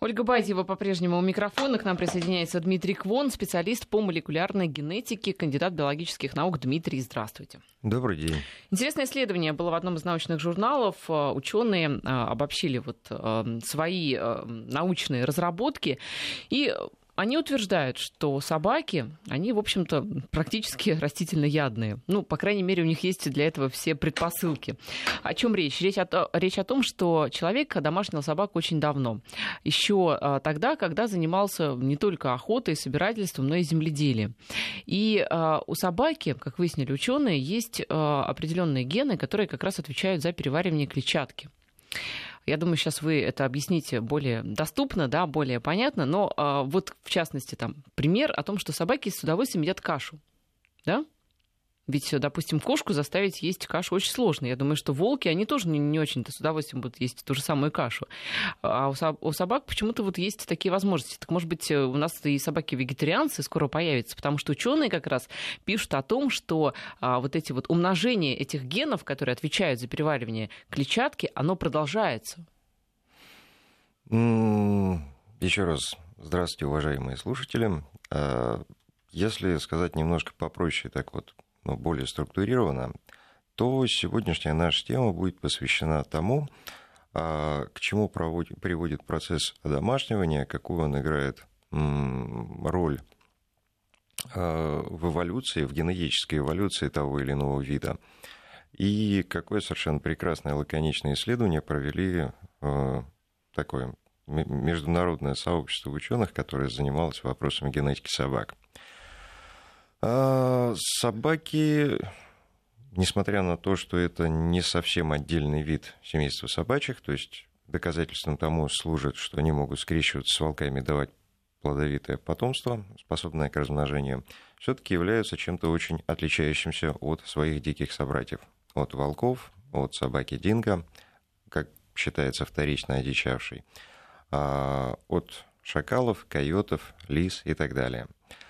Ольга Бадьева по-прежнему у микрофона. К нам присоединяется Дмитрий Квон, специалист по молекулярной генетике, кандидат биологических наук. Дмитрий, здравствуйте. Добрый день. Интересное исследование было в одном из научных журналов. Ученые обобщили свои научные разработки и они утверждают, что собаки, они, в общем-то, практически растительноядные. Ну, по крайней мере, у них есть для этого все предпосылки. О чем речь? Речь о том, что человек домашнил собаку очень давно. Еще тогда, когда занимался не только охотой, собирательством, но и земледелием. И у собаки, как выяснили ученые, есть определенные гены, которые как раз отвечают за переваривание клетчатки. Я думаю, сейчас вы это объясните более доступно, да, более понятно, но вот в частности там пример о том, что собаки с удовольствием едят кашу, да? Ведь, допустим, кошку заставить есть кашу очень сложно. Я думаю, что волки, они тоже не очень-то с удовольствием будут есть ту же самую кашу. А у собак почему-то вот есть такие возможности. Так, может быть, у нас и собаки-вегетарианцы скоро появятся, потому что ученые как раз пишут о том, что вот эти вот умножения этих генов, которые отвечают за переваривание клетчатки, оно продолжается. Еще раз здравствуйте, уважаемые слушатели. Если сказать немножко попроще, так вот, но более структурированно, то сегодняшняя наша тема будет посвящена тому, к чему приводит процесс одомашнивания, какую он играет роль в эволюции, в генетической эволюции того или иного вида. И какое совершенно прекрасное лаконичное исследование провели такое международное сообщество ученых, которое занималось вопросами генетики собак. Собаки, несмотря на то, что это не совсем отдельный вид семейства собачьих, то есть доказательством тому служит, что они могут скрещиваться с волками и давать плодовитое потомство, способное к размножению, все-таки являются чем-то очень отличающимся от своих диких собратьев, от волков, от собаки динго, как считается вторично одичавшей, от шакалов, койотов, лис и так далее.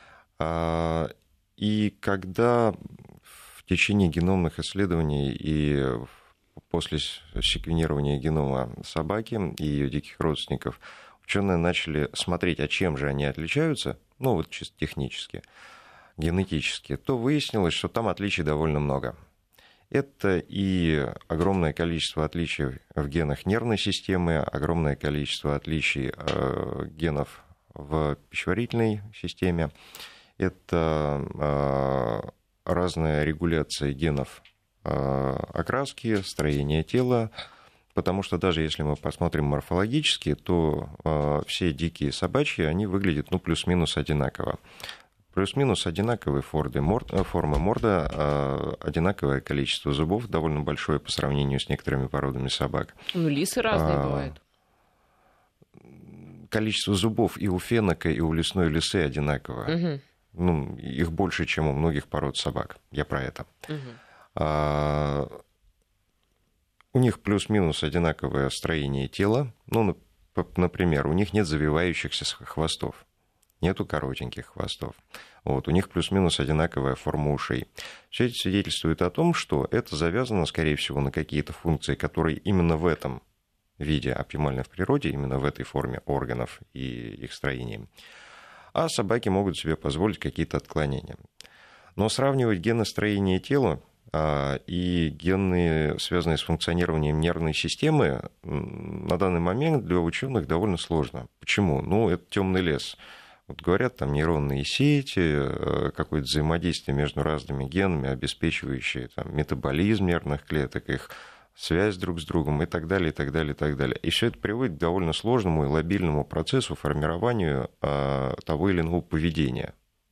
И когда в течение геномных исследований и после секвенирования генома собаки и ее диких родственников ученые начали смотреть, а чем же они отличаются, ну вот чисто технически, генетически, то выяснилось, что там отличий довольно много. Это и огромное количество отличий в генах нервной системы, огромное количество отличий генов в пищеварительной системе. Это разная регуляция генов окраски, строения тела, потому что даже если мы посмотрим морфологически, то все дикие собачьи, они выглядят плюс-минус одинаково. Плюс-минус одинаковые формы морда, одинаковое количество зубов, довольно большое по сравнению с некоторыми породами собак. Лисы разные бывают. Количество зубов и у фенока, и у лесной лисы одинаковое. Угу. Их больше, чем у многих пород собак. Я про это. Угу. У них плюс-минус одинаковое строение тела. Например, у них нет завивающихся хвостов. Нету коротеньких хвостов. У них плюс-минус одинаковая форма ушей. Все это свидетельствует о том, что это завязано, скорее всего, на какие-то функции, которые именно в этом виде оптимальны в природе, именно в этой форме органов и их строения. А собаки могут себе позволить какие-то отклонения. Но сравнивать гены строения тела и гены, связанные с функционированием нервной системы, на данный момент для ученых довольно сложно. Почему? Это темный лес. Говорят, там нейронные сети, какое-то взаимодействие между разными генами, обеспечивающие метаболизм нервных клеток, их связь друг с другом и так далее, и так далее, и так далее. И все это приводит к довольно сложному и лобильному процессу формированию того или иного поведения.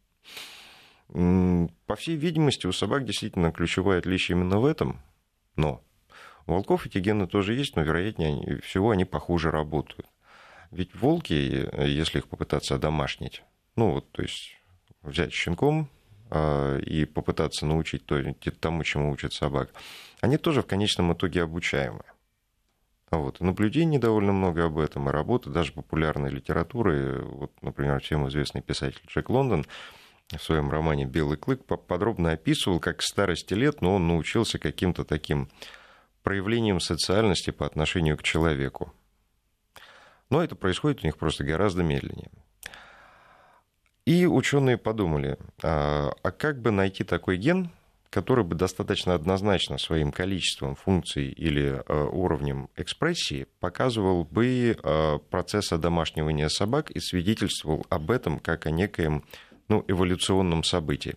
По всей видимости, у собак действительно ключевое отличие именно в этом, но у волков эти гены тоже есть, но, вероятнее всего, они похуже работают. Ведь волки, если их попытаться одомашнить, то есть взять щенком и попытаться научить тому, чему учат собак, они тоже в конечном итоге обучаемы. Наблюдений довольно много об этом, и работы даже популярной литературы. Например, всем известный писатель Джек Лондон в своем романе «Белый клык» подробно описывал, как к старости лет, он научился каким-то таким проявлением социальности по отношению к человеку. Но это происходит у них просто гораздо медленнее. И ученые подумали, а как бы найти такой ген, который бы достаточно однозначно своим количеством функций или уровнем экспрессии показывал бы процесс одомашнивания собак и свидетельствовал об этом как о некоем эволюционном событии.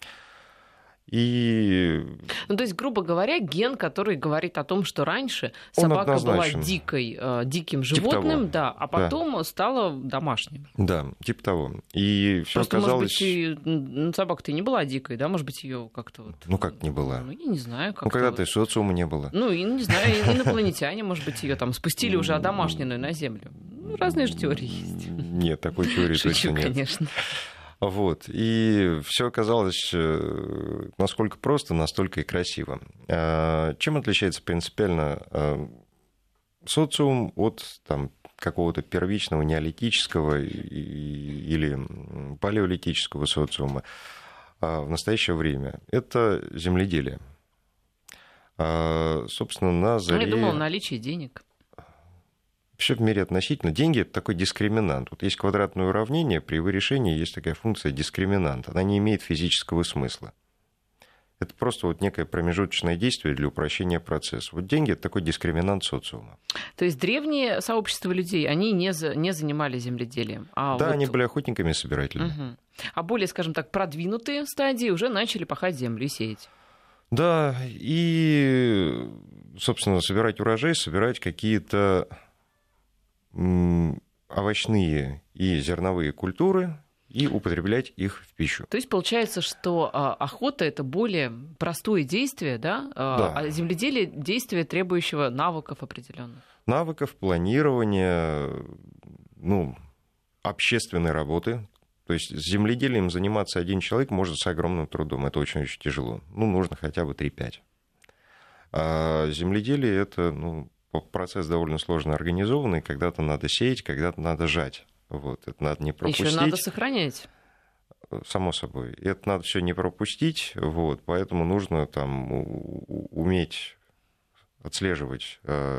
И... то есть, грубо говоря, ген, который говорит о том, что раньше собака была диким животным, да, а потом стала домашним. Да, типа того. И все просто, оказалось... может быть, собака-то и не была дикой, да? Может быть, ее как-то вот... Ну, как не была? Я не знаю. Когда-то и социума не было. Не знаю, инопланетяне, может быть, ее там спустили уже одомашненную на Землю. Разные же теории есть. Нет, такой теории точно нет. Конечно. Вот. И все оказалось насколько просто, настолько и красиво. Чем отличается принципиально социум от какого-то первичного неолитического или палеолитического социума в настоящее время? Это земледелие. Собственно, на заре... Я думала, наличие денег. Все в мире относительно. Деньги — это такой дискриминант. Вот есть квадратное уравнение, при его решении есть такая функция дискриминант. Она не имеет физического смысла. Это просто вот некое промежуточное действие для упрощения процесса. Вот деньги — это такой дискриминант социума. То есть древние сообщества людей, они не занимались земледелием? Они были охотниками и собирателями. Угу. А более, скажем так, продвинутые стадии уже начали пахать землю и сеять. Да, и, собственно, собирать урожай, собирать какие-то овощные и зерновые культуры и употреблять их в пищу. То есть получается, что охота — это более простое действие, да? Да. А земледелие — действие, требующего навыков определенных. Навыков, планирования, общественной работы. То есть с земледелием заниматься один человек может с огромным трудом. Это очень-очень тяжело. Нужно хотя бы 3-5. А земледелие — это, процесс довольно сложно организованный. Когда-то надо сеять, когда-то надо жать. Вот. Это надо не пропустить. Еще надо сохранять. Само собой. Это надо все не пропустить. Вот. Поэтому нужно уметь отслеживать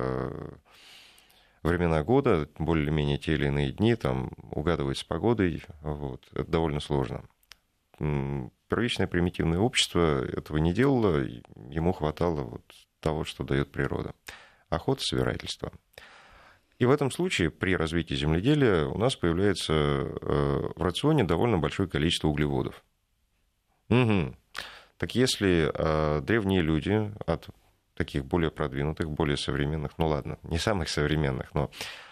времена года, более-менее те или иные дни, угадывать с погодой. Вот. Это довольно сложно. Первичное примитивное общество этого не делало. Ему хватало того, что дает природа. Охота, собирательство. И в этом случае при развитии земледелия у нас появляется в рационе довольно большое количество углеводов. Угу. Так если древние люди от таких более продвинутых, более современных, не самых современных, но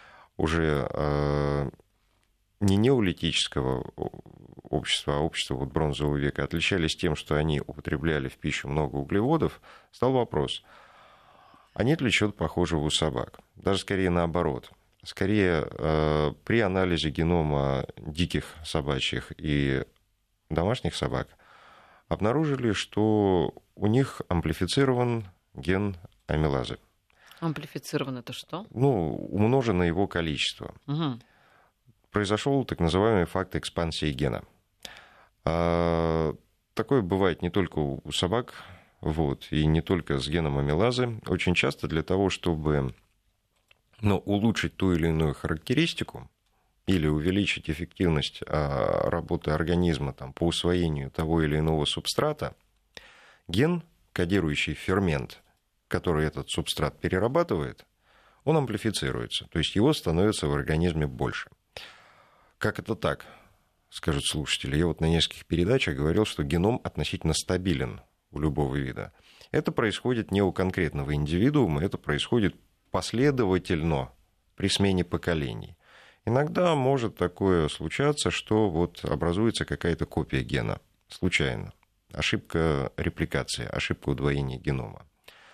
уже не неолитического общества, а общества бронзового века отличались тем, что они употребляли в пищу много углеводов, стал вопрос – а нет ли чего-то похожего у собак? Даже скорее наоборот. Скорее, при анализе генома диких собачьих и домашних собак обнаружили, что у них амплифицирован ген амилазы. Амплифицирован — это что? Умножено его количество. Угу. Произошел так называемый факт экспансии гена. Такое бывает не только у собак, и не только с геном амилазы. Очень часто для того, чтобы улучшить ту или иную характеристику или увеличить эффективность работы организма по усвоению того или иного субстрата, ген, кодирующий фермент, который этот субстрат перерабатывает, он амплифицируется, то есть его становится в организме больше. Как это так, скажут слушатели? Я на нескольких передачах говорил, что геном относительно стабилен у любого вида. Это происходит не у конкретного индивидуума, это происходит последовательно при смене поколений. Иногда может такое случаться, что образуется какая-то копия гена случайно. Ошибка репликации, ошибка удвоения генома.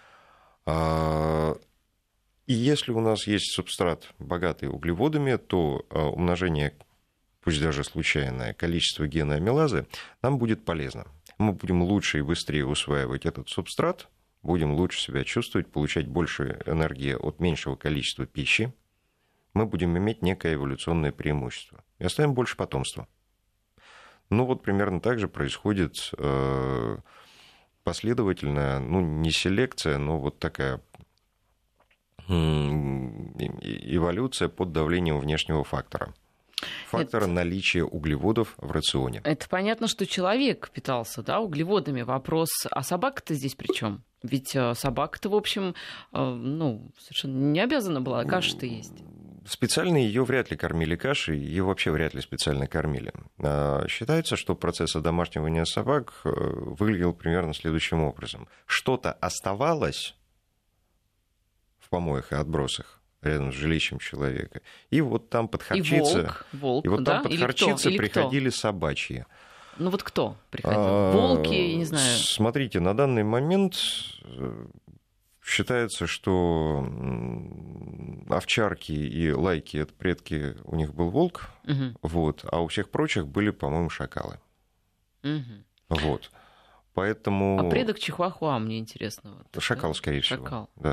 И если у нас есть субстрат, богатый углеводами, то умножение, пусть даже случайное, количество гена амилазы нам будет полезно. Мы будем лучше и быстрее усваивать этот субстрат, будем лучше себя чувствовать, получать больше энергии от меньшего количества пищи. Мы будем иметь некое эволюционное преимущество. И оставим больше потомства. Примерно так же происходит последовательная, не селекция, но такая эволюция под давлением внешнего фактора. Фактора наличия углеводов в рационе. Это понятно, что человек питался, да, углеводами. Вопрос, а собака-то здесь при чем? Ведь собака-то, в общем, совершенно не обязана была кашу-то есть. Специально ее вряд ли кормили кашей, ее вообще вряд ли специально кормили. Считается, что процесс одомашнивания собак выглядел примерно следующим образом. Что-то оставалось в помоях и отбросах рядом с жилищем человека, и вот там подхарчиться, приходили собачьи. Ну вот кто приходил? Волки, я не знаю. Смотрите, на данный момент считается, что овчарки и лайки — это предки, у них был волк, вот, а у всех прочих были, по-моему, шакалы. Вот. Поэтому... А предок чихуахуа, мне интересно. Вот, шакал, скорее всего. Да.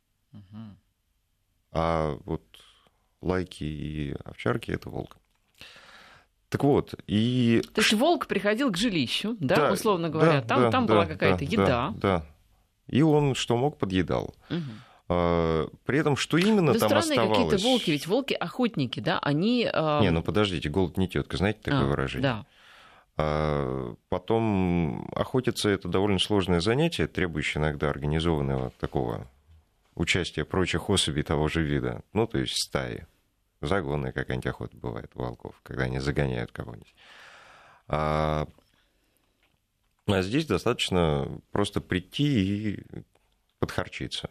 А вот лайки и овчарки — это волк. Так вот, и... То есть волк приходил к жилищу, да, условно говоря, там была какая-то еда. Да. И он что мог, подъедал. При этом, что именно там оставалось... странные какие-то волки, ведь волки-охотники, да, они... Не, ну подождите, голод не тетка, знаете такое выражение? Да. Потом охотиться — это довольно сложное занятие, требующее иногда организованного такого участия прочих особей того же вида, ну, то есть стаи. Загонная какая-нибудь охота бывает у волков, когда они загоняют кого-нибудь. А здесь достаточно просто прийти и подхарчиться.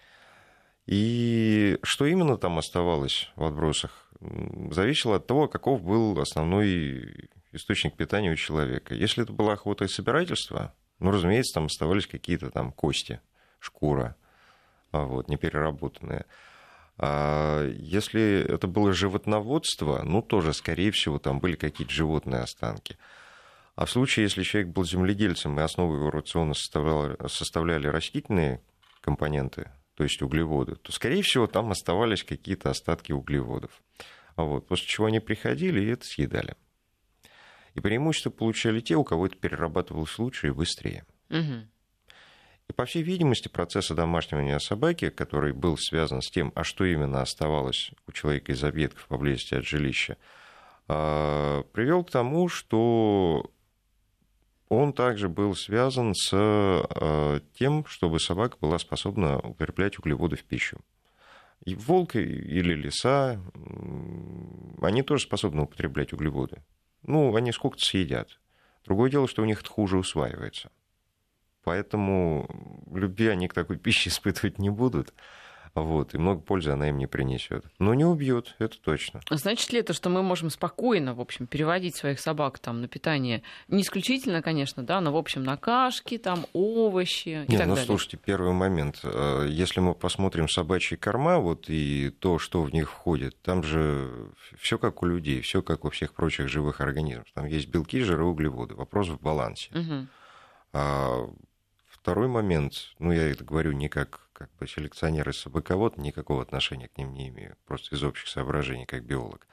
И что именно там оставалось в отбросах, зависело от того, каков был основной источник питания у человека. Если это была охота и собирательство, ну, разумеется, там оставались какие-то там кости, шкура, вот, непереработанные. А если это было животноводство, ну, тоже, скорее всего, там были какие-то животные останки. А в случае, если человек был земледельцем и основу его рациона составляли растительные компоненты, то есть углеводы, то, скорее всего, там оставались какие-то остатки углеводов. Вот, после чего они приходили и это съедали. И преимущество получали те, у кого это перерабатывалось лучше и быстрее. И, по всей видимости, процесс одомашнивания собаки, который был связан с тем, а что именно оставалось у человека из объедков поблизости от жилища, привел к тому, что он также был связан с тем, чтобы собака была способна употреблять углеводы в пищу. И волк или лиса, они тоже способны употреблять углеводы. Ну, они сколько-то съедят. Другое дело, что у них это хуже усваивается. Поэтому любви они к такой пище испытывать не будут. Вот, и много пользы она им не принесет. Но не убьет, это точно. Значит ли это, что мы можем спокойно, в общем, переводить своих собак там, на питание, не исключительно, конечно, да, но, в общем, на кашки, там, овощи и так далее? Слушайте, первый момент. Если мы посмотрим собачьи корма, вот, и то, что в них входит, там же все как у людей, все как у всех прочих живых организмов. Там есть белки, жиры, углеводы. Вопрос в балансе. Второй момент, я это говорю не как бы селекционер и собаковод, никакого отношения к ним не имею, просто из общих соображений, как биолог.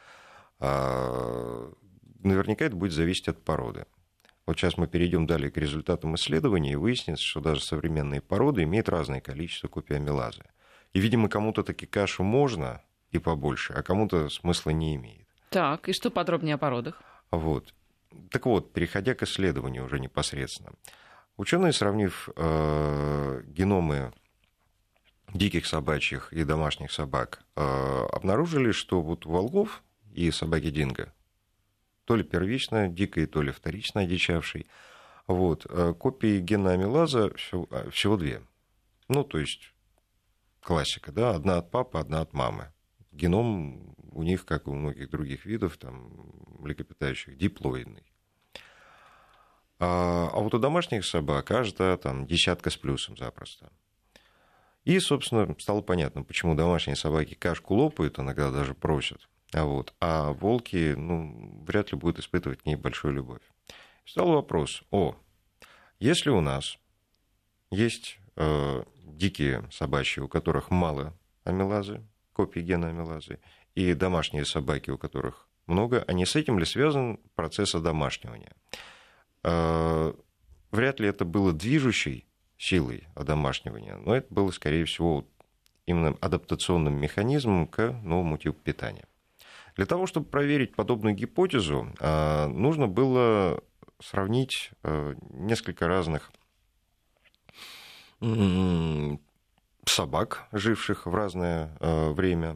Наверняка это будет зависеть от породы. Вот сейчас мы перейдем далее к результатам исследований, и выяснится, что даже современные породы имеют разное количество копий амилазы. И, видимо, кому-то таки кашу можно и побольше, а кому-то смысла не имеет. Так, и что подробнее о породах? Вот. Так вот, переходя к исследованию уже непосредственно. Ученые, сравнив геномы диких собачьих и домашних собак, обнаружили, что вот у волков и собаки динго, то ли первично дикой, то ли вторично одичавшей, вот, копии гена амилаза всего две. Ну, то есть классика, да, одна от папы, одна от мамы. Геном у них, как у многих других видов, там, млекопитающих, диплоидный. А вот у домашних собак аж там десятка с плюсом запросто. И, собственно, стало понятно, почему домашние собаки кашку лопают, иногда даже просят, а волки, вряд ли будут испытывать к ней большую любовь. Стал вопрос, если у нас есть дикие собачьи, у которых мало амилазы, копии гена амилазы, и домашние собаки, у которых много, а не с этим ли связан процесс одомашнивания? Вряд ли это было движущей силой одомашнивания, но это было, скорее всего, именно адаптационным механизмом к новому типу питания. Для того, чтобы проверить подобную гипотезу, нужно было сравнить несколько разных собак, живших в разное время,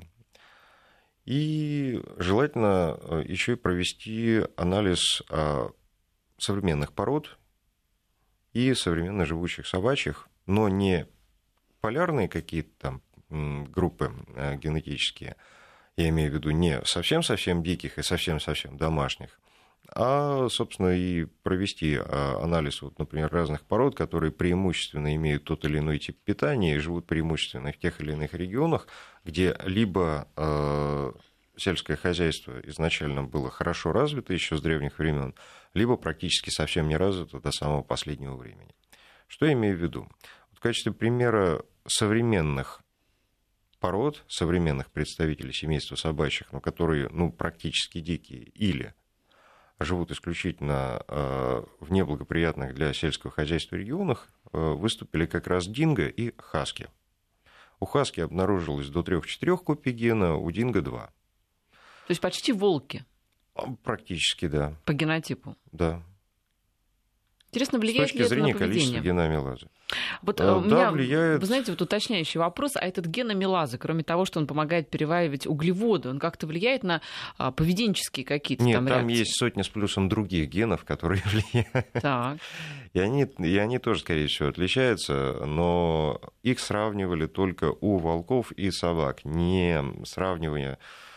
и желательно еще и провести анализ современных пород и современно живущих собачьих, но не полярные какие-то там группы генетические, я имею в виду не совсем-совсем диких и совсем-совсем домашних, а, собственно, и провести анализ, вот, например, разных пород, которые преимущественно имеют тот или иной тип питания и живут преимущественно в тех или иных регионах, где либо сельское хозяйство изначально было хорошо развито еще с древних времен, либо практически совсем не развито до самого последнего времени. Что я имею в виду? В качестве примера современных пород, современных представителей семейства собачьих, но которые практически дикие или живут исключительно в неблагоприятных для сельского хозяйства регионах, выступили как раз динго и хаски. У хаски обнаружилось до 3-4 копий гена, у динго 2. То есть почти волки? Практически, да. По генотипу? Да. Интересно, влияет ли это на поведение? С точки зрения количества гена-амилазы. Вот у меня, влияет... Вы знаете, вот уточняющий вопрос, а этот ген амилазы, кроме того, что он помогает переваривать углеводы, он как-то влияет на поведенческие какие-то Нет, там там реакции? есть сотня с плюсом других генов, которые влияют. Так. И они тоже, скорее всего, отличаются, но их сравнивали только у волков и собак, не сравнивая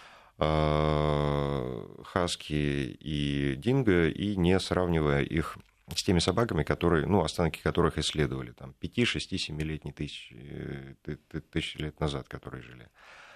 хаски и динго, и не сравнивая их с теми собаками, которые, останки которых исследовали, там, 5, 6, 7-летние тысячи лет назад, которые жили.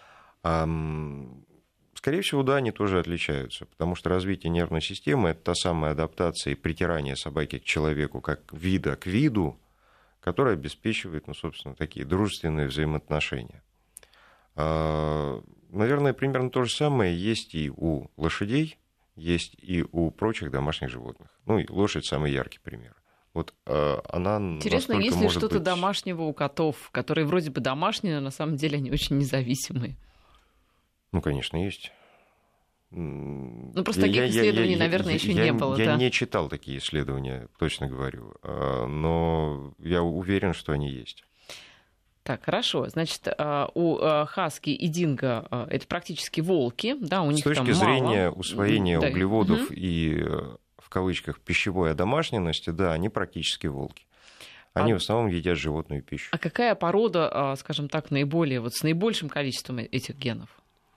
Скорее всего, да, они тоже отличаются, потому что развитие нервной системы – это та самая адаптация и притирание собаки к человеку, как вида к виду, которая обеспечивает, собственно, такие дружественные взаимоотношения. Наверное, примерно то же самое есть и у лошадей, есть и у прочих домашних животных. И лошадь самый яркий пример. Вот она интересно, есть ли что-то быть... домашнего у котов, которые вроде бы домашние, но на самом деле они очень независимые? Конечно, есть. Просто таких исследований, наверное, еще не было. Я не читал такие исследования, точно говорю, но я уверен, что они есть. Так, хорошо. Значит, у хаски и динго это практически волки, да, у них там мало. С точки зрения усвоения углеводов и, в кавычках, пищевой одомашненности, да, они практически волки. Они в основном едят животную пищу. А какая порода, скажем так, наиболее, с наибольшим количеством этих генов?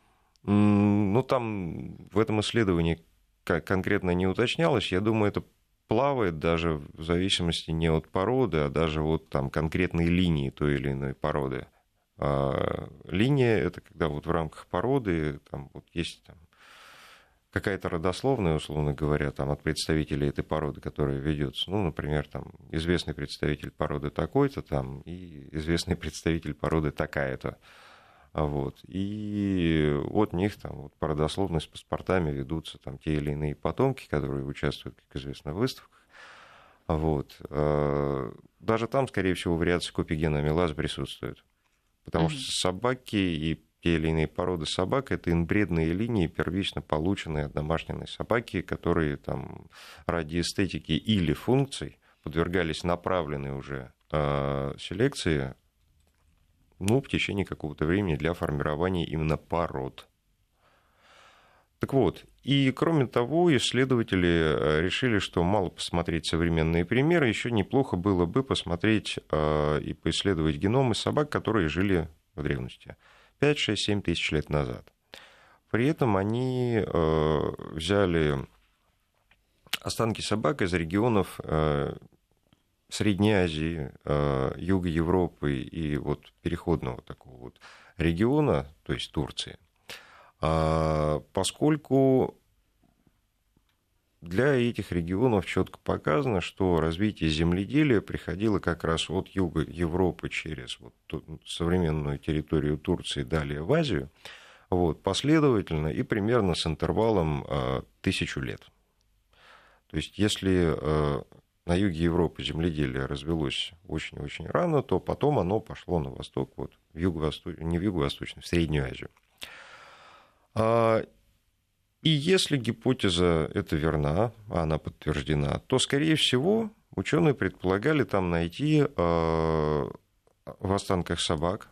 Там в этом исследовании конкретно не уточнялось. Я думаю, это плавает даже в зависимости не от породы, а даже от конкретной линии той или иной породы. Линия – это когда в рамках породы есть какая-то родословная, условно говоря, от представителей этой породы, которая ведется. Например, известный представитель породы такой-то, и известный представитель породы такая-то. И от них по родословной с паспортами ведутся те или иные потомки, которые участвуют, как известно, в выставках. Даже там, скорее всего, вариации копий гена амилазы присутствуют. Потому что собаки и те или иные породы собак – это инбредные линии, первично полученные от домашней собаки, которые ради эстетики или функций подвергались направленной уже селекции в течение какого-то времени для формирования именно пород. Так вот, и кроме того, исследователи решили, что мало посмотреть современные примеры, еще неплохо было бы посмотреть и поисследовать геномы собак, которые жили в древности 5, 6, 7 тысяч лет назад. При этом они взяли останки собак из регионов Средней Азии, Юга Европы и переходного такого региона, то есть Турции, поскольку для этих регионов четко показано, что развитие земледелия приходило как раз от юга Европы через современную территорию Турции далее в Азию, последовательно и примерно с интервалом 1000 лет. То есть если на юге Европы земледелие развелось очень-очень рано, то потом оно пошло на восток, вот, в не в Юго-Восточную, в Среднюю Азию. И если гипотеза эта верна, а она подтверждена, то, скорее всего, ученые предполагали там найти в останках собак,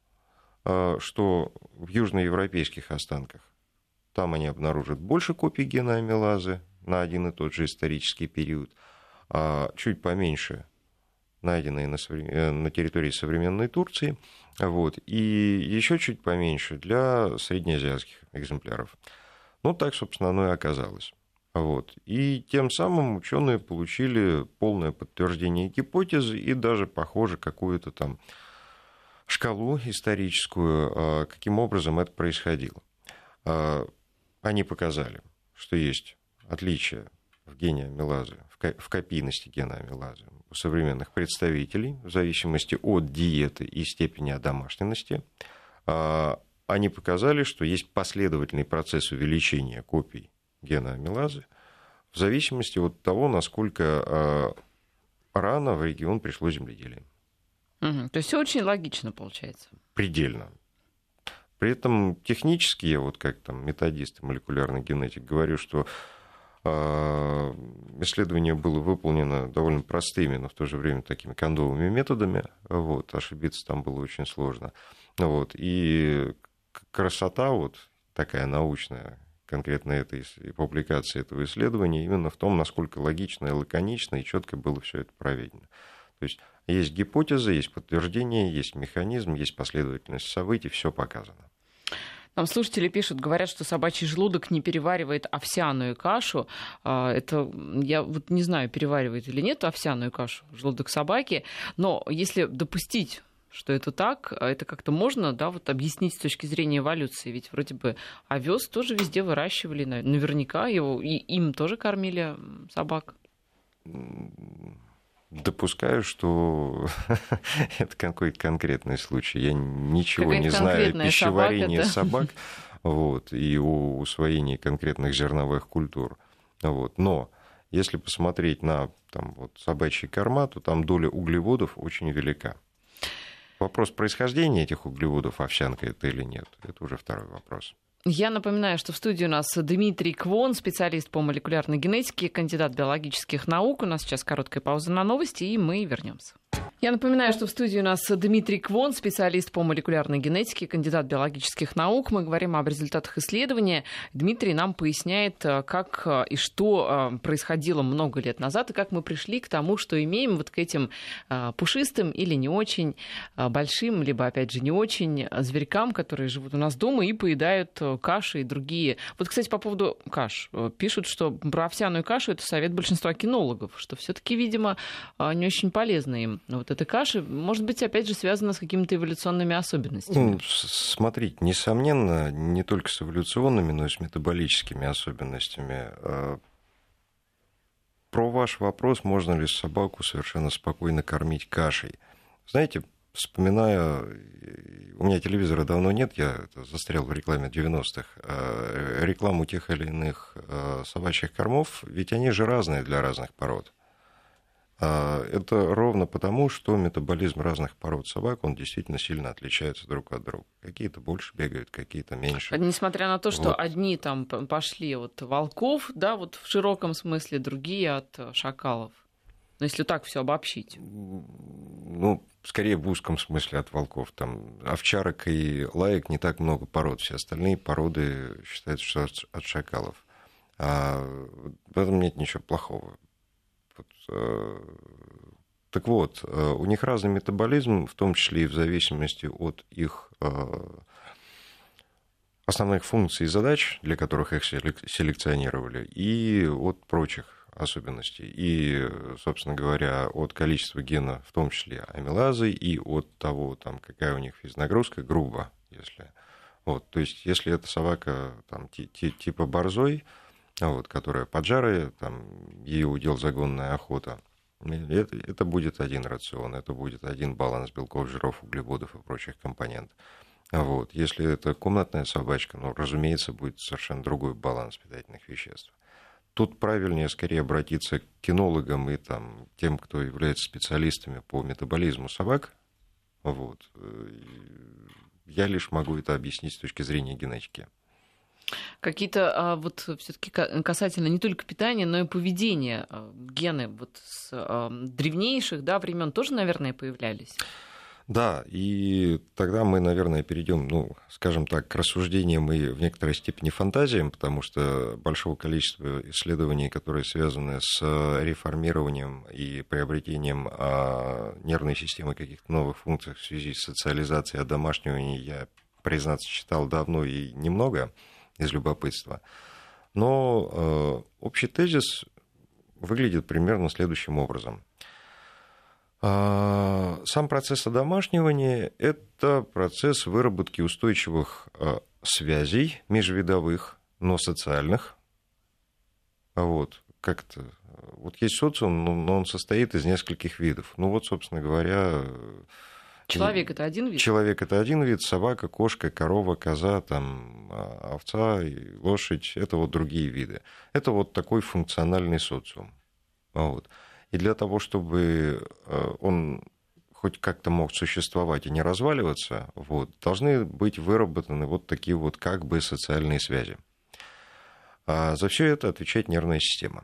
что в южноевропейских останках там они обнаружат больше копий гена амилазы на один и тот же исторический период, чуть поменьше найденные на территории современной Турции, вот, и еще чуть поменьше для среднеазиатских экземпляров. Ну, так, собственно, оно и оказалось. Вот. И тем самым ученые получили полное подтверждение гипотезы и даже, похоже, какую-то там шкалу историческую, каким образом это происходило. Они показали, что есть отличия в гене амилазы, в копийности гена амилазы у современных представителей в зависимости от диеты и степени одомашненности. Они показали, что есть последовательный процесс увеличения копий гена амилазы в зависимости от того, насколько рано в регион пришло земледелие. То есть все очень логично получается. Предельно. При этом технически, я вот как там методист и молекулярный генетик говорю, что исследование было выполнено довольно простыми, но в то же время такими кондовыми методами. Вот, ошибиться там было очень сложно. Вот, и красота вот такая научная, конкретно этой публикации этого исследования, именно в том, насколько логично и лаконично и четко было все это проведено. То есть есть гипотеза, есть подтверждение, есть механизм, есть последовательность событий, все показано. Нам слушатели пишут, говорят, что собачий желудок не переваривает овсяную кашу. Это, я вот не знаю, переваривает или нет овсяную кашу желудок собаки, но если допустить, что это так, это как-то можно, да, вот объяснить с точки зрения эволюции. Ведь вроде бы овес тоже везде выращивали, наверняка его, и им тоже кормили собак. Допускаю, что это какой-то конкретный случай. Я ничего не знаю о пищеварении собак вот, и о усвоении конкретных зерновых культур. Вот. Но если посмотреть на там, вот, собачьи корма, то там доля углеводов очень велика. Вопрос происхождения этих углеводов, овсянка это или нет, это уже второй вопрос. Я напоминаю, что в студии у нас Дмитрий Квон, специалист по молекулярной генетике, кандидат биологических наук. У нас сейчас короткая пауза на новости, и мы вернемся. Я напоминаю, что в студии у нас Дмитрий Квон, специалист по молекулярной генетике, кандидат биологических наук. Мы говорим об результатах исследования. Дмитрий нам поясняет, как и что происходило много лет назад, и как мы пришли к тому, что имеем вот к этим пушистым или не очень большим, либо, опять же, не очень зверькам, которые живут у нас дома и поедают каши и другие. Вот, кстати, по поводу каш. Пишут, что про овсяную кашу это совет большинства кинологов, что все-таки, видимо, не очень полезно им. Вот эта каша, может быть, опять же, связана с какими-то эволюционными особенностями. Ну, смотрите, несомненно, не только с эволюционными, но и с метаболическими особенностями. Про ваш вопрос, можно ли собаку совершенно спокойно кормить кашей. Знаете, вспоминая, у меня телевизора давно нет, я застрял в рекламе 90-х, рекламу тех или иных собачьих кормов, ведь они же разные для разных пород. Это ровно потому, что метаболизм разных пород собак, он действительно сильно отличается друг от друга. Какие-то больше бегают, какие-то меньше. Несмотря на то, что вот. Одни там пошли от волков, да, вот в широком смысле, другие от шакалов. Но если так все обобщить. Ну, скорее в узком смысле от волков. Там овчарок и лаек не так много пород. Все остальные породы считаются, что от шакалов. В этом нет ничего плохого. Так вот, у них разный метаболизм, в том числе и в зависимости от их основных функций и задач, для которых их селекционировали, и от прочих особенностей. И, собственно говоря, от количества гена, в том числе амилазы, и от того, там, какая у них физнагрузка, грубо, если... Вот, то есть, если это собака там, типа борзой, вот, которая поджарая, там, ее удел загонная охота, это будет один рацион, это будет один баланс белков, жиров, углеводов и прочих компонентов. Вот. Если это комнатная собачка, ну, разумеется, будет совершенно другой баланс питательных веществ. Тут правильнее скорее обратиться к кинологам и там, тем, кто является специалистами по метаболизму собак. Вот. Я лишь могу это объяснить с точки зрения генетики. Какие-то вот все-таки касательно не только питания, но и поведения, гены вот с древнейших, да, времен тоже, наверное, появлялись? Да, и тогда мы, наверное, перейдем, ну, скажем так, к рассуждениям и в некоторой степени фантазиям, потому что большого количества исследований, которые связаны с реформированием и приобретением нервной системы каких-то новых функций в связи с социализацией, одомашниванием, я, признаться, читал давно и немного из любопытства. Но общий тезис выглядит примерно следующим образом. Сам процесс одомашнивания – это процесс выработки устойчивых связей межвидовых, но социальных. Вот, как-то, вот есть социум, но он состоит из нескольких видов. Ну вот, собственно говоря… Человек – это один вид? Человек – это один вид, собака, кошка, корова, коза, там, овца, лошадь – это вот другие виды. Это вот такой функциональный социум. Вот. И для того, чтобы он хоть как-то мог существовать и не разваливаться, вот, должны быть выработаны вот такие вот как бы социальные связи. За все это отвечает нервная система.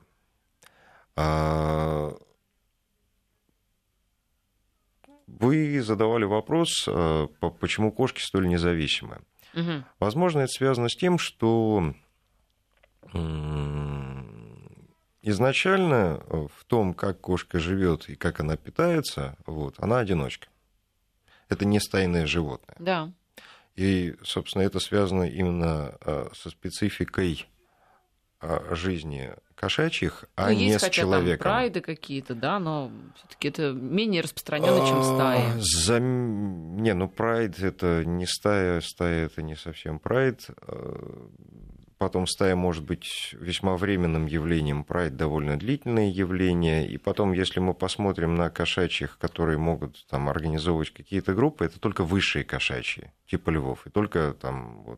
Вы задавали вопрос, почему кошки столь независимы. Угу. Возможно, это связано с тем, что изначально в том, как кошка живет и как она питается, вот, она одиночка. Это не стайное животное. Да. И, собственно, это связано именно со спецификой жизни кошачьих, а не с человеком. Есть хотя там прайды какие-то, да, но все-таки это менее распространенно, чем стая. Не, ну прайд это не стая, стая это не совсем прайд. Потом стая может быть весьма временным явлением, прайд довольно длительное явление. И потом, если мы посмотрим на кошачьих, которые могут там организовывать какие-то группы, это только высшие кошачьи, типа львов. И только там вот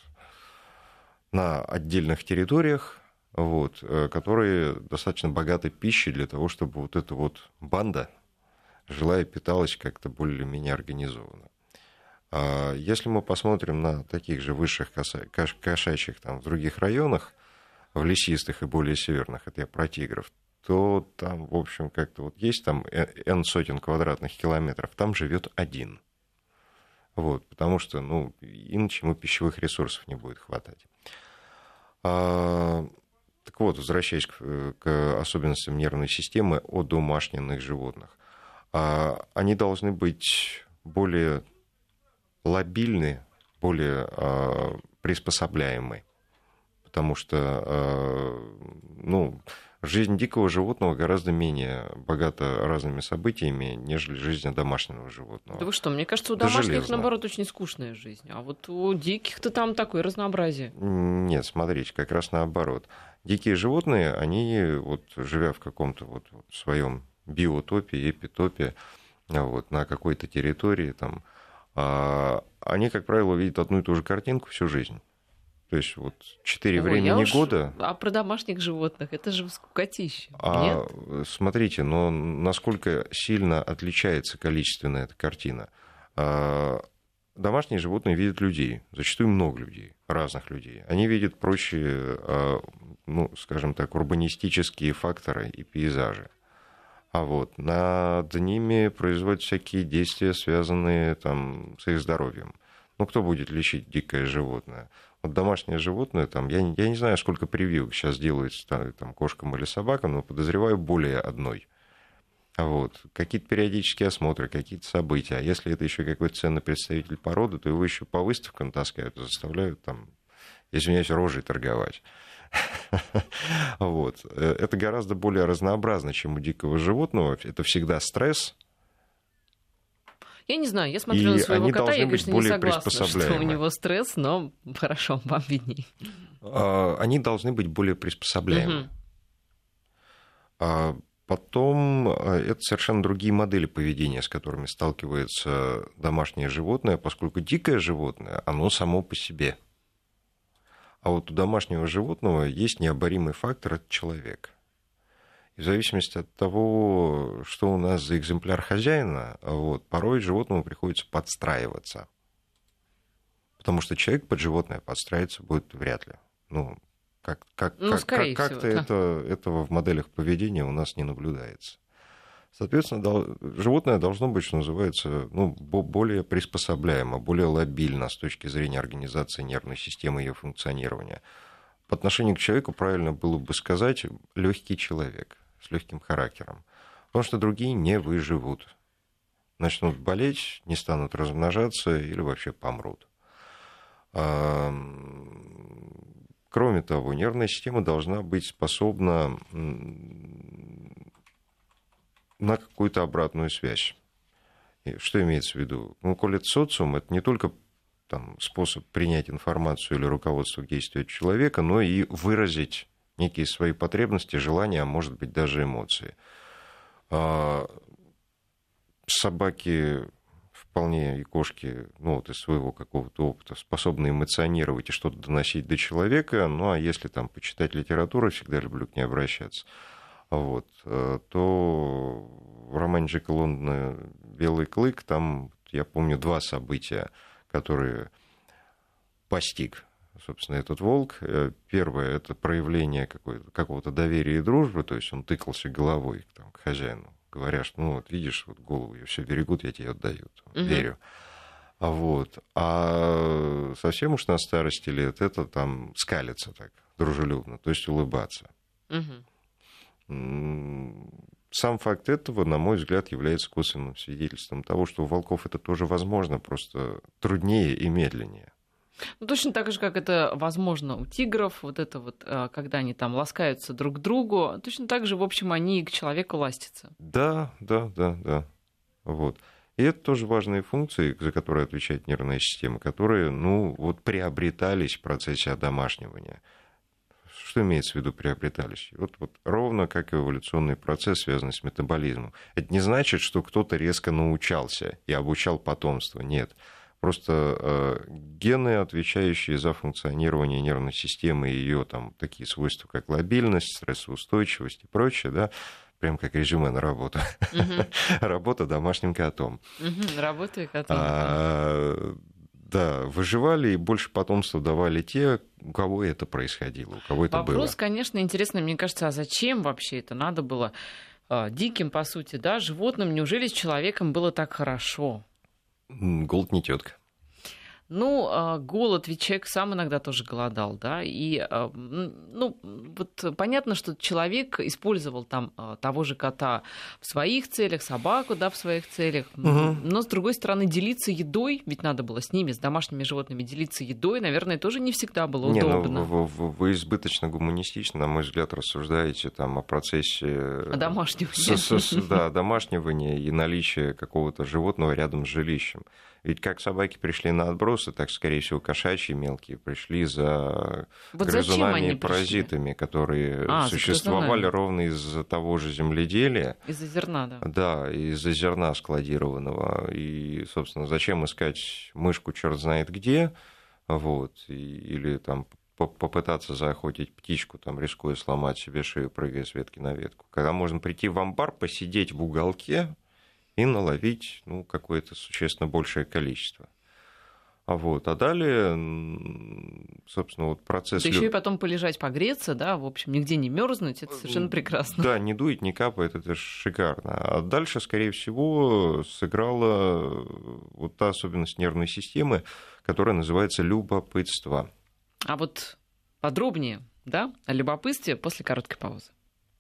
на отдельных территориях, вот, которые достаточно богаты пищей для того, чтобы вот эта вот банда жила и питалась как-то более-менее организованно. Если мы посмотрим на таких же высших кошачьих там, в других районах, в лесистых и более северных, это я про тигров, то там, в общем, как-то вот есть там N сотен квадратных километров, там живет один. Вот, потому что, ну, иначе ему пищевых ресурсов не будет хватать. Так вот, возвращаясь к особенностям нервной системы одомашненных животных. Они должны быть более лобильны, более приспособляемы, потому что ну, жизнь дикого животного гораздо менее богата разными событиями, нежели жизнь домашнего животного. Да вы что, мне кажется, у домашних, наоборот, очень скучная жизнь, а вот у диких-то там такое разнообразие. Нет, смотрите, как раз наоборот. Дикие животные, они, вот, живя в каком-то вот своем биотопе, эпитопе, вот, на какой-то территории, там, они, как правило, видят одну и ту же картинку всю жизнь. То есть вот 4 времени года... А про домашних животных, это же скукотища, нет? Смотрите, но насколько сильно отличается количественно эта картина. Домашние животные видят людей, зачастую много людей, разных людей. Они видят прочие, ну, скажем так, урбанистические факторы и пейзажи. А вот над ними производят всякие действия, связанные там, с их здоровьем. Ну, кто будет лечить дикое животное? Вот домашнее животное, там, я не знаю, сколько прививок сейчас делается там, кошкам или собакам, но подозреваю более одной. Вот. Какие-то периодические осмотры, какие-то события. А если это еще какой-то ценный представитель породы, то его еще по выставкам таскают и заставляют там, извиняюсь, рожей торговать. Вот. Это гораздо более разнообразно, чем у дикого животного. Это всегда стресс. Я не знаю, я смотрю на своего кота, я, конечно, не согласна, что у него стресс, но хорошо, вам видней. Они должны быть более приспособляемы. Потом это совершенно другие модели поведения, с которыми сталкивается домашнее животное, поскольку дикое животное, оно само по себе. А вот у домашнего животного есть необоримый фактор — это человек. И в зависимости от того, что у нас за экземпляр хозяина, порой животному приходится подстраиваться. Потому что человек под животное подстраиваться будет вряд ли. Скорее как-то всего, этого в моделях поведения у нас не наблюдается. Соответственно, животное должно быть, что называется, более приспособляемо, более лобильно с точки зрения организации нервной системы и ее функционирования. По отношению к человеку правильно было бы сказать легкий человек с легким характером, потому что другие не выживут. Начнут болеть, не станут размножаться или вообще помрут. Кроме того, нервная система должна быть способна на какую-то обратную связь. И что имеется в виду? Коль это социум, это не только способ принять информацию или руководство к действию человека, но и выразить некие свои потребности, желания, а может быть даже эмоции. Собаки вполне и кошки, из своего какого-то опыта способны эмоционировать и что-то доносить до человека. А если почитать литературу, всегда люблю к ней обращаться, то в романе Джека Лондона «Белый клык» там, я помню, 2 события, которые постиг, собственно, этот волк. Первое — это проявление какого-то доверия и дружбы, то есть он тыкался головой к хозяину, говоря, что, видишь, голову ее все берегут, я тебе отдаю, верю. А совсем уж на старости лет это скалиться так дружелюбно, то есть улыбаться. Сам факт этого, на мой взгляд, является косвенным свидетельством того, что у волков это тоже возможно, просто труднее и медленнее. Точно так же, как это возможно у тигров, когда они ласкаются друг к другу, точно так же, в общем, они и к человеку ластятся. Да. И это тоже важные функции, за которые отвечает нервная система, которые, приобретались в процессе одомашнивания. Что имеется в виду приобретались? Ровно как эволюционный процесс, связанный с метаболизмом. Это не значит, что кто-то резко научался и обучал потомство. Нет. Просто гены, отвечающие за функционирование нервной системы и ее такие свойства, как лобильность, стрессоустойчивость и прочее, прям как резюме на работу. Работа домашним котом. Работа котом. Выживали и больше потомства давали те, у кого это происходило, у кого это было. Вопрос, конечно, интересный, мне кажется, а зачем вообще это надо было диким, по сути, животным? Неужели с человеком было так хорошо? Голод не тетка. Голод, ведь человек сам иногда тоже голодал, и, понятно, что человек использовал того же кота в своих целях, собаку, в своих целях, но, с другой стороны, делиться едой, ведь надо было с ними, с домашними животными делиться едой, наверное, тоже не всегда было удобно. Вы избыточно гуманистично, на мой взгляд, рассуждаете о процессе домашнивания и наличия какого-то животного рядом с жилищем. Ведь как собаки пришли на отбросы, так, скорее всего, кошачьи мелкие пришли за грызунами и паразитами, которые существовали ровно из-за того же земледелия. Из-за зерна, Да, из-за зерна складированного. И, собственно, зачем искать мышку черт знает где, или попытаться заохотить птичку, рискуя сломать себе шею, прыгая с ветки на ветку. Когда можно прийти в амбар, посидеть в уголке и наловить какое-то существенно большее количество. А далее, собственно, процесс... Да еще и потом полежать, погреться, в общем, нигде не мерзнуть, это совершенно прекрасно. Да, не дует, не капает, это шикарно. А дальше, скорее всего, сыграла та особенность нервной системы, которая называется любопытство. А подробнее, о любопытстве после короткой паузы.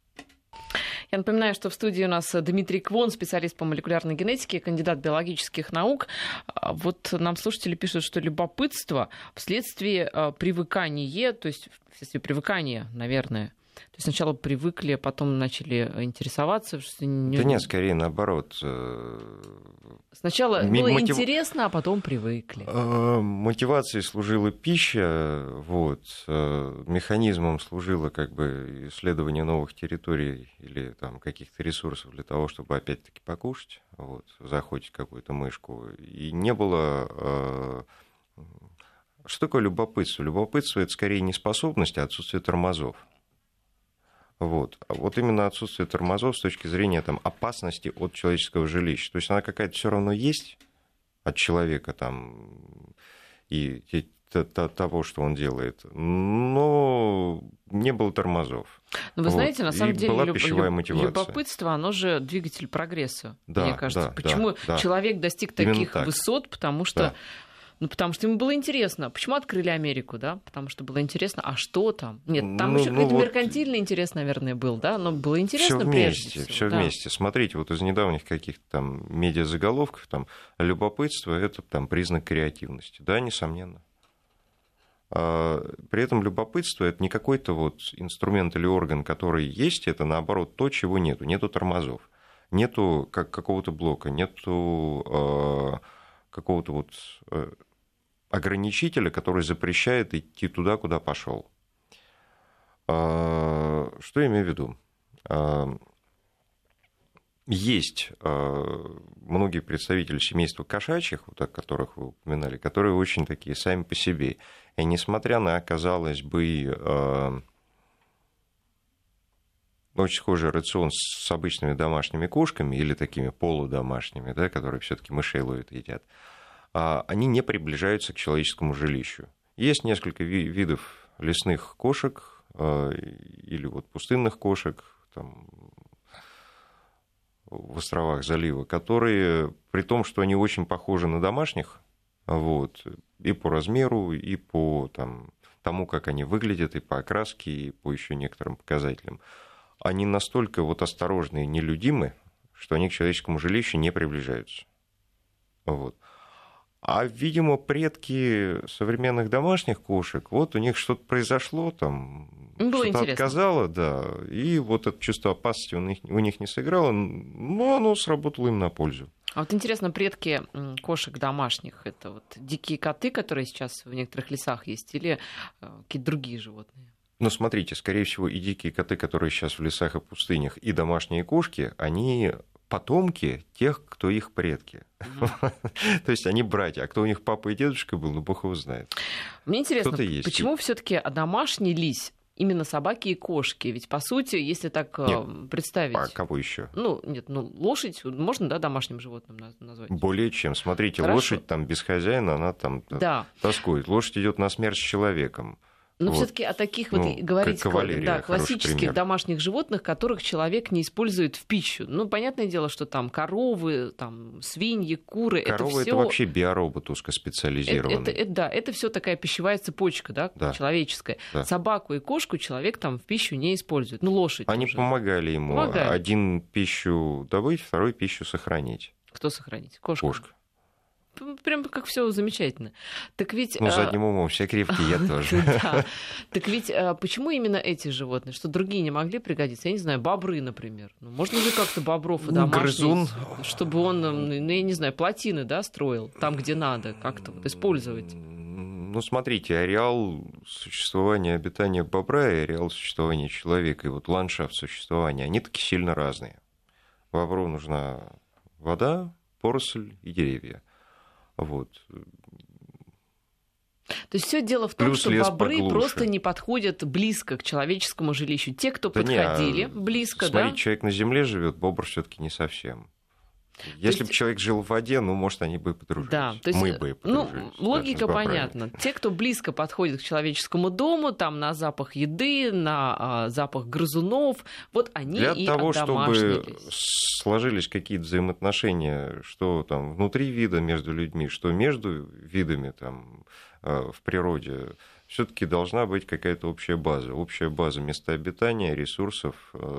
Я напоминаю, что в студии у нас Дмитрий Квон, специалист по молекулярной генетике, кандидат биологических наук. Нам слушатели пишут, что любопытство вследствие привыкания, то есть вследствие привыкания, наверное. То есть сначала привыкли, а потом начали интересоваться. Да нет, скорее наоборот. Сначала было интересно, а потом привыкли. Мотивацией служила пища, механизмом служило исследование новых территорий или каких-то ресурсов для того, чтобы опять-таки покушать, заохотить какую-то мышку. И не было Что такое любопытство? Любопытство — это скорее не способность, а отсутствие тормозов. Вот. А вот именно отсутствие тормозов с точки зрения там, опасности от человеческого жилища. То есть она какая-то все равно есть от человека там, и того, что он делает, но не было тормозов. Но вы знаете, на самом деле любопытство, оно же двигатель прогресса, да, мне кажется. Да, почему да, человек достиг таких высот? Потому что ему было интересно. Почему открыли Америку, да? Потому что было интересно, а что там? Нет, там еще какой-то меркантильный интерес, наверное, был, да? Но было интересно прежде всего. Все вместе. Смотрите, вот из недавних каких-то там медиазаголовков, там, любопытство — это там признак креативности. Да, несомненно. При этом любопытство — это не какой-то вот инструмент или орган, который есть, это, наоборот, то, чего нету. Нету тормозов, нету какого-то блока, нету какого-то вот ограничителя, который запрещает идти туда, куда пошел. Что я имею в виду? Есть многие представители семейства кошачьих, вот о которых вы упоминали, которые очень такие сами по себе. И несмотря на, казалось бы, очень схожий рацион с обычными домашними кошками или такими полудомашними, да, которые все-таки мышей ловят и едят, они не приближаются к человеческому жилищу. Есть несколько видов лесных кошек или вот пустынных кошек там, в островах залива, которые, при том, что они очень похожи на домашних, вот, и по размеру, и по тому, как они выглядят, и по окраске, и по еще некоторым показателям, они настолько вот осторожны и нелюдимы, что они к человеческому жилищу не приближаются. Вот. А, видимо, предки современных домашних кошек, вот у них что-то произошло, там, что-то отказало, да, и вот это чувство опасности у них не сыграло, но оно сработало им на пользу. А вот интересно, предки кошек домашних — это вот дикие коты, которые сейчас в некоторых лесах есть, или какие-то другие животные? Ну, смотрите, скорее всего, и дикие коты, которые сейчас в лесах и пустынях, и домашние кошки, они потомки тех, кто их предки. То есть они братья. А кто у них папа и дедушка был, ну, бог его знает. Мне интересно, почему все-таки одомашнились именно собаки и кошки? Ведь, по сути, если так представить... А кого еще? Лошадь можно, да, домашним животным назвать? Более чем. Смотрите, лошадь там без хозяина, она там тоскует. Лошадь идет на смерть с человеком. Но все-таки о таких говорить классических домашних животных, которых человек не использует в пищу. Ну, понятное дело, что там коровы, там свиньи, куры. Коровы — это вообще биоробот узкоспециализированный. Это все такая пищевая цепочка, да, человеческая. Да. Собаку и кошку человек там в пищу не использует. Ну, лошадь. Они помогали ему. Один пищу добыть, второй пищу сохранить. Кто сохранить? Кошка. Прям как все замечательно. Так ведь... задним умом все крепкие, я тоже. Так ведь почему именно эти животные? Что другие не могли пригодиться? Я не знаю, бобры, например. Можно же как-то бобров и домашних, чтобы он, я не знаю, плотины, да, строил там, где надо, как-то вот использовать. Ну, смотрите, ареал существования обитания бобра и ареал существования человека, и вот ландшафт существования, они таки сильно разные. Бобру нужна вода, поросль и деревья. Вот. То есть все дело в том, что бобры просто не подходят близко к человеческому жилищу. Те, кто подходили близко, смотрите, человек на земле живет, бобр все-таки не совсем. Если бы человек жил в воде, может, они бы подружились. Да, то есть, мы бы подружились. Логика понятна. Те, кто близко подходит к человеческому дому, там на запах еды, на запах грызунов, вот они и одомашнились. Для того, чтобы сложились какие-то взаимоотношения, что там внутри вида между людьми, что между видами там в природе, все-таки должна быть какая-то общая база места обитания, ресурсов,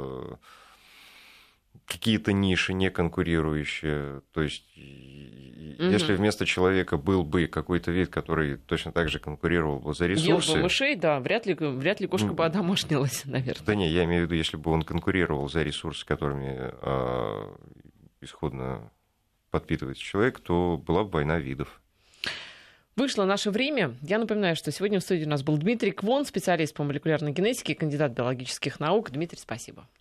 какие-то ниши не конкурирующие. То есть, если вместо человека был бы какой-то вид, который точно так же конкурировал бы за ресурсы... Ел бы мышей, да, вряд ли кошка бы одомашнилась, наверное. Да не, я имею в виду, если бы он конкурировал за ресурсы, которыми исходно подпитывается человек, то была бы война видов. Вышло наше время. Я напоминаю, что сегодня в студии у нас был Дмитрий Квон, специалист по молекулярной генетике, кандидат биологических наук. Дмитрий, спасибо.